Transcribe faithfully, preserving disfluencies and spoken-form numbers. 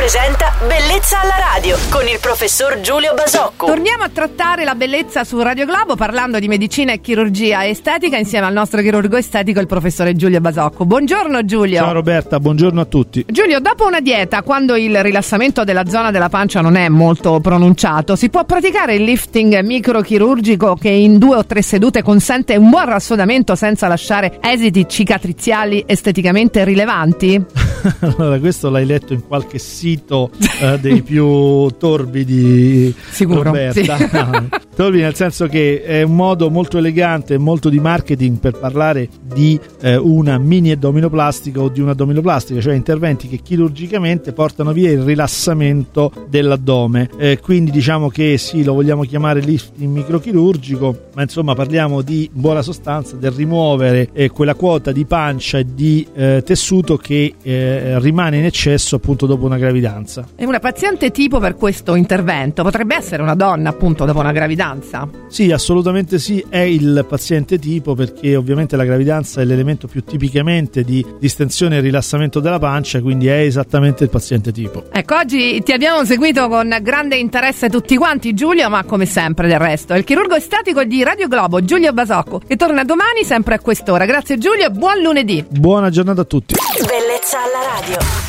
presenta Bellezza alla radio con il professor Giulio Basocco. Torniamo a trattare la bellezza su Radio Globo parlando di medicina e chirurgia estetica insieme al nostro chirurgo estetico, il professore Giulio Basocco. Buongiorno Giulio. Ciao Roberta, buongiorno a tutti. Giulio, dopo una dieta, quando il rilassamento della zona della pancia non è molto pronunciato, si può praticare il lifting microchirurgico che in due o tre sedute consente un buon rassodamento senza lasciare esiti cicatriziali esteticamente rilevanti? Allora, questo l'hai letto in qualche sito eh, dei più torbidi. Sicuro, Roberta. sì. No, torbidi nel senso che è un modo molto elegante e molto di marketing per parlare di eh, una mini addominoplastica o di un'addominoplastica, cioè interventi che chirurgicamente portano via il rilassamento dell'addome. Eh, quindi diciamo che sì, lo vogliamo chiamare lifting microchirurgico, ma insomma parliamo di in buona sostanza del rimuovere eh, quella quota di pancia e di eh, tessuto che eh, rimane in eccesso appunto dopo una gravidanza. E una paziente tipo per questo intervento potrebbe essere una donna appunto dopo una gravidanza? Sì, assolutamente sì, è il paziente tipo, perché ovviamente la gravidanza è l'elemento più tipicamente di distensione e rilassamento della pancia, quindi è esattamente il paziente tipo. Ecco, oggi ti abbiamo seguito con grande interesse tutti quanti, Giulio, ma come sempre del resto è il chirurgo estetico di Radio Globo, Giulio Basocco, che torna domani sempre a quest'ora. Grazie Giulio e buon lunedì. Buona giornata a tutti. Bellezza alla radio.